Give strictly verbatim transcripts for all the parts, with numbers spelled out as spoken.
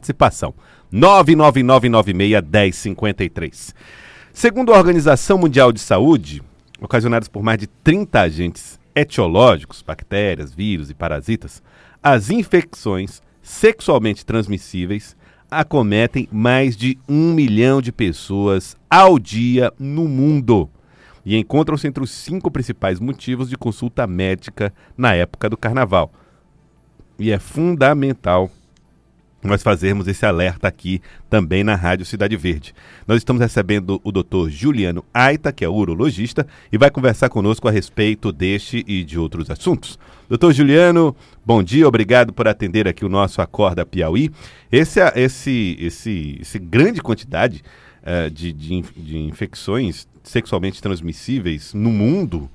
participação. nove nove nove nove seis um zero cinco três. Segundo a Organização Mundial de Saúde, ocasionadas por mais de trinta agentes etiológicos, bactérias, vírus e parasitas, as infecções sexualmente transmissíveis acometem mais de um milhão de pessoas ao dia no mundo e encontram-se entre os cinco principais motivos de consulta médica na época do carnaval. E é fundamental nós fazermos esse alerta aqui também na Rádio Cidade Verde. Nós estamos recebendo o doutor Juliano Aita, que é urologista, e vai conversar conosco a respeito deste e de outros assuntos. doutor Juliano, bom dia, obrigado por atender aqui o nosso Acorda Piauí. Esse, esse, esse, esse grande quantidade uh, de, de, de infecções sexualmente transmissíveis no mundo,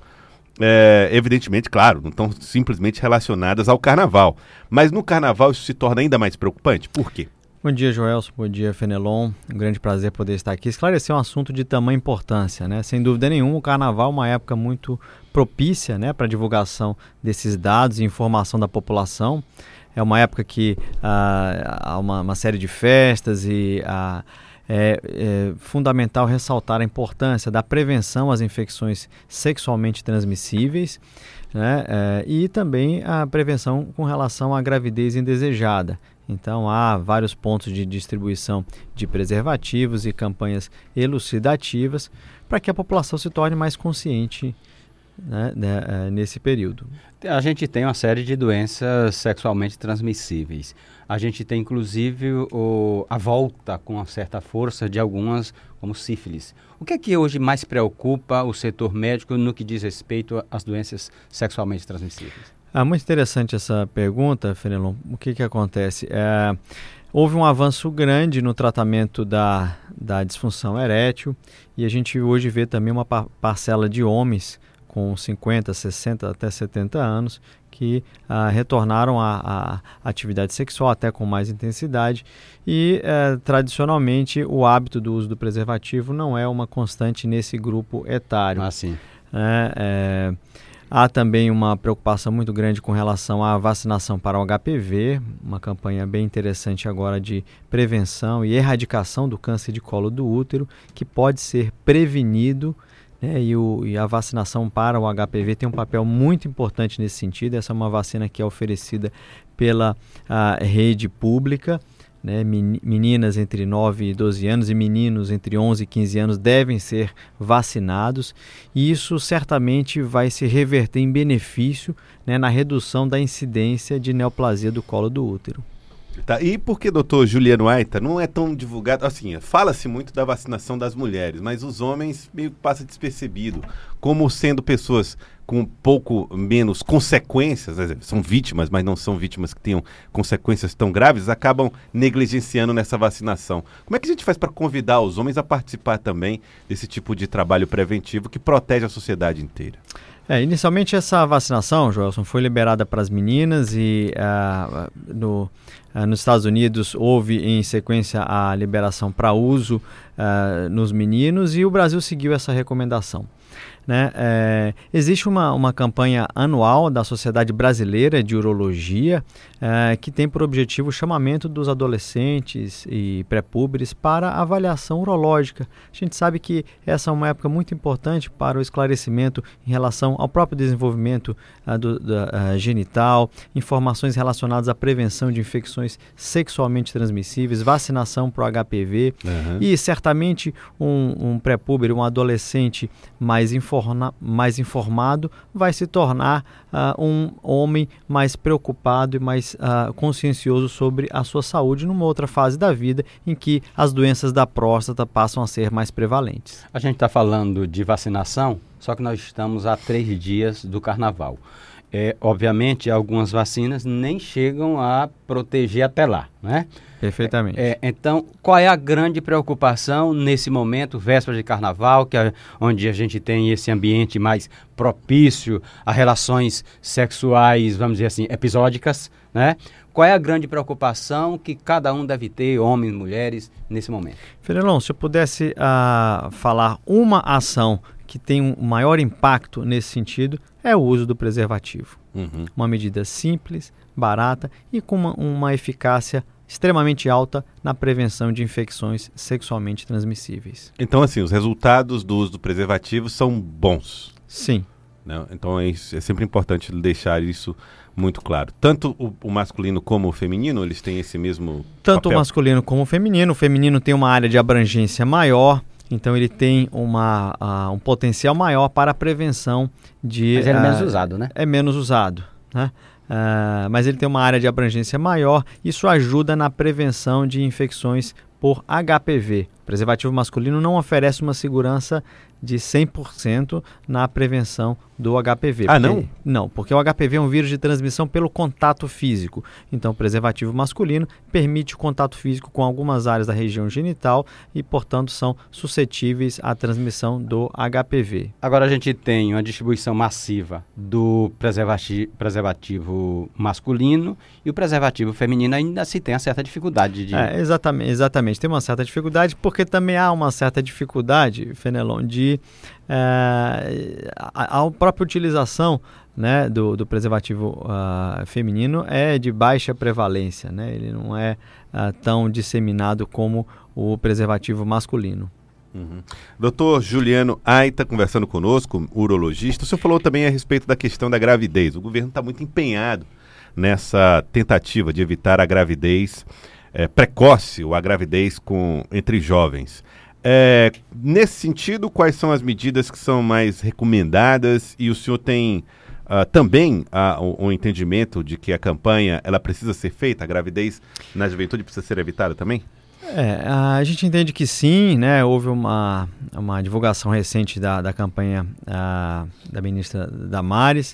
É, evidentemente, claro, não estão simplesmente relacionadas ao carnaval. Mas no carnaval isso se torna ainda mais preocupante. Por quê? Bom dia, Joelson. Bom dia, Fenelon. Um grande prazer poder estar aqui. Esclarecer um assunto de tamanha importância, né? Sem dúvida nenhuma, o carnaval é uma época muito propícia, né, para a divulgação desses dados e informação da população. É uma época que ah, há uma, uma série de festas e a É, é fundamental ressaltar a importância da prevenção às infecções sexualmente transmissíveis, né, é, e também a prevenção com relação à gravidez indesejada. Então há vários pontos de distribuição de preservativos e campanhas elucidativas para que a população se torne mais consciente, né, né, nesse período. A gente tem uma série de doenças sexualmente transmissíveis. A gente tem, inclusive, o, a volta com uma certa força de algumas, como sífilis. O que é que hoje mais preocupa o setor médico no que diz respeito às doenças sexualmente transmissíveis? Ah, muito interessante essa pergunta, Fenelon. O que que acontece? É, houve um avanço grande no tratamento da, da disfunção erétil e a gente hoje vê também uma par- parcela de homens com cinquenta, sessenta até setenta anos, que ah, retornaram à atividade sexual até com mais intensidade e eh, tradicionalmente o hábito do uso do preservativo não é uma constante nesse grupo etário. Ah, sim. É, é, há também uma preocupação muito grande com relação à vacinação para o H P V, uma campanha bem interessante agora de prevenção e erradicação do câncer de colo do útero, que pode ser prevenido. É, e, o, e a vacinação para o H P V tem um papel muito importante nesse sentido. Essa é uma vacina que é oferecida pela a, rede pública, né? Meninas entre nove e doze anos e meninos entre onze e quinze anos devem ser vacinados, e isso certamente vai se reverter em benefício, né, na redução da incidência de neoplasia do colo do útero. Tá, e por que, doutor Juliano Aita, não é tão divulgado? Assim, fala-se muito da vacinação das mulheres, mas os homens meio que passam despercebido, como sendo pessoas com pouco menos consequências, são vítimas, mas não são vítimas que tenham consequências tão graves, acabam negligenciando nessa vacinação. Como é que a gente faz para convidar os homens a participar também desse tipo de trabalho preventivo que protege a sociedade inteira? É, inicialmente essa vacinação, Joelson, foi liberada para as meninas e uh, no, uh, nos Estados Unidos houve em sequência a liberação para uso uh, nos meninos e o Brasil seguiu essa recomendação. Né? É, existe uma, uma campanha anual da Sociedade Brasileira de Urologia é, que tem por objetivo o chamamento dos adolescentes e pré-púberes para avaliação urológica. A gente sabe que essa é uma época muito importante para o esclarecimento em relação ao próprio desenvolvimento a, do, da, a, genital, informações relacionadas à prevenção de infecções sexualmente transmissíveis, vacinação para o H P V, uhum. E certamente um, um pré-púber, um adolescente mais informado mais informado vai se tornar uh, um homem mais preocupado e mais uh, consciencioso sobre a sua saúde numa outra fase da vida em que as doenças da próstata passam a ser mais prevalentes. A gente está falando de vacinação, só que nós estamos a três dias do carnaval. É, obviamente, algumas vacinas nem chegam a proteger até lá, né? Perfeitamente. É, então, qual é a grande preocupação nesse momento, véspera de carnaval, que é onde a gente tem esse ambiente mais propício a relações sexuais, vamos dizer assim, episódicas, né? Qual é a grande preocupação que cada um deve ter, homens e mulheres, nesse momento? Fenelon, se eu pudesse uh, falar uma ação que tem um maior impacto nesse sentido, é o uso do preservativo. Uhum. Uma medida simples, barata e com uma, uma eficácia extremamente alta na prevenção de infecções sexualmente transmissíveis. Então, assim, os resultados do uso do preservativo são bons. Sim. Né? Então, é, isso, é sempre importante deixar isso muito claro. Tanto o, o masculino como o feminino, eles têm esse mesmo Tanto papel? O masculino como o feminino. O feminino tem uma área de abrangência maior, então ele tem uma, uh, um potencial maior para a prevenção de... Mas ele é uh, menos usado, né? É menos usado, né? Uh, mas ele tem uma área de abrangência maior. Isso ajuda na prevenção de infecções por H P V. O preservativo masculino não oferece uma segurança de cem por cento na prevenção do H P V. Ah, porque, não? Não, porque o H P V é um vírus de transmissão pelo contato físico. Então, o preservativo masculino permite o contato físico com algumas áreas da região genital e, portanto, são suscetíveis à transmissão do H P V. Agora a gente tem uma distribuição massiva do preservati- preservativo masculino e o preservativo feminino ainda se tem uma certa dificuldade de... É, exatamente, exatamente. Tem uma certa dificuldade, porque também há uma certa dificuldade, Fenelon, de é, a, a própria utilização, né, do, do preservativo uh, feminino é de baixa prevalência, né? Ele não é uh, tão disseminado como o preservativo masculino. Uhum. doutor Juliano Aita conversando conosco, urologista. O senhor falou também a respeito da questão da gravidez. O governo está muito empenhado nessa tentativa de evitar a gravidez é, precoce ou a gravidez com, entre jovens. É, nesse sentido, quais são as medidas que são mais recomendadas? E o senhor tem uh, também uh, o, o entendimento de que a campanha ela precisa ser feita, a gravidez na juventude precisa ser evitada também? É, a gente entende que sim, né? Houve uma, uma divulgação recente da, da campanha uh, da ministra Damares,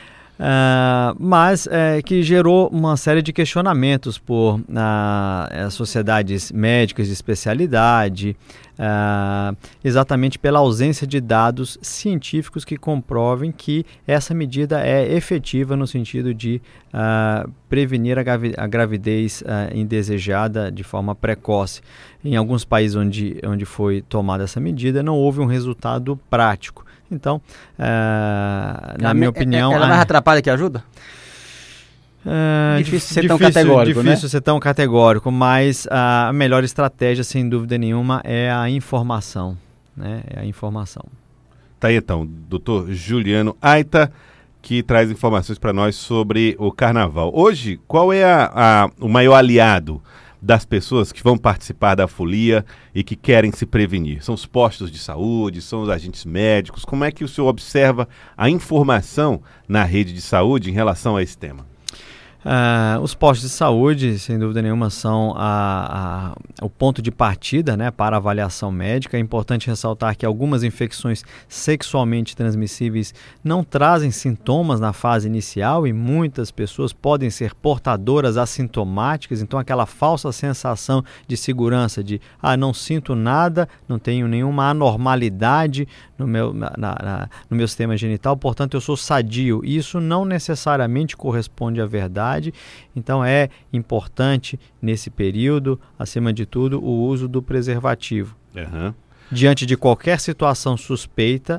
Uh, mas é, que gerou uma série de questionamentos por uh, sociedades médicas de especialidade, uh, exatamente pela ausência de dados científicos que comprovem que essa medida é efetiva no sentido de uh, prevenir a, gravi- a gravidez uh, indesejada de forma precoce. Em alguns países onde, onde foi tomada essa medida, não houve um resultado prático. Então, uh, na minha opinião... Ela mais atrapalha que ajuda? Uh, difícil ser difícil, tão categórico, difícil né? ser tão categórico, mas a melhor estratégia, sem dúvida nenhuma, é a informação, né? É a informação. Tá aí então, doutor Juliano Aita, que traz informações para nós sobre o carnaval. Hoje, qual é a, a, o maior aliado das pessoas que vão participar da folia e que querem se prevenir? São os postos de saúde, são os agentes médicos? Como é que o senhor observa a informação na rede de saúde em relação a esse tema? Uh, os postos de saúde, sem dúvida nenhuma, são a, a, o ponto de partida, né, para a avaliação médica. É importante ressaltar que algumas infecções sexualmente transmissíveis não trazem sintomas na fase inicial e muitas pessoas podem ser portadoras assintomáticas. Então, aquela falsa sensação de segurança de ah, não sinto nada, não tenho nenhuma anormalidade no meu, na, na, no meu sistema genital, portanto eu sou sadio. Isso não necessariamente corresponde à verdade. Então é importante nesse período, acima de tudo, o uso do preservativo. Uhum. Diante de qualquer situação suspeita,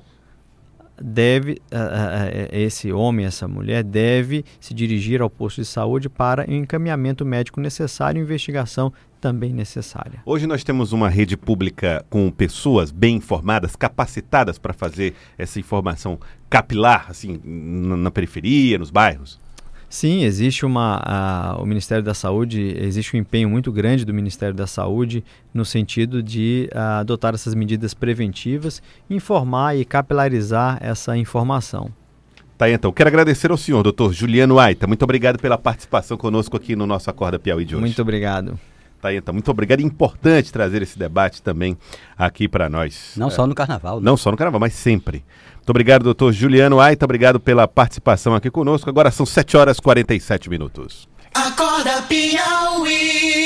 deve uh, uh, esse homem, essa mulher, deve se dirigir ao posto de saúde para o encaminhamento médico necessário e investigação também necessária. Hoje nós temos uma rede pública com pessoas bem informadas, capacitadas para fazer essa informação capilar, assim, na, na periferia, nos bairros? Sim, existe uma, a, o Ministério da Saúde, existe um empenho muito grande do Ministério da Saúde no sentido de a, adotar essas medidas preventivas, informar e capilarizar essa informação. Tá aí, então. Quero agradecer ao senhor, doutor Juliano Aita. Muito obrigado pela participação conosco aqui no nosso Acorda Piauí de hoje. Muito obrigado. Tá aí, então. Muito obrigado. É importante trazer esse debate também aqui para nós. Não é, só no Carnaval. Né? Não só no Carnaval, mas sempre. Muito obrigado, doutor Juliano Aita. Obrigado pela participação aqui conosco. Agora são sete horas e quarenta e sete minutos. Acorda Piauí.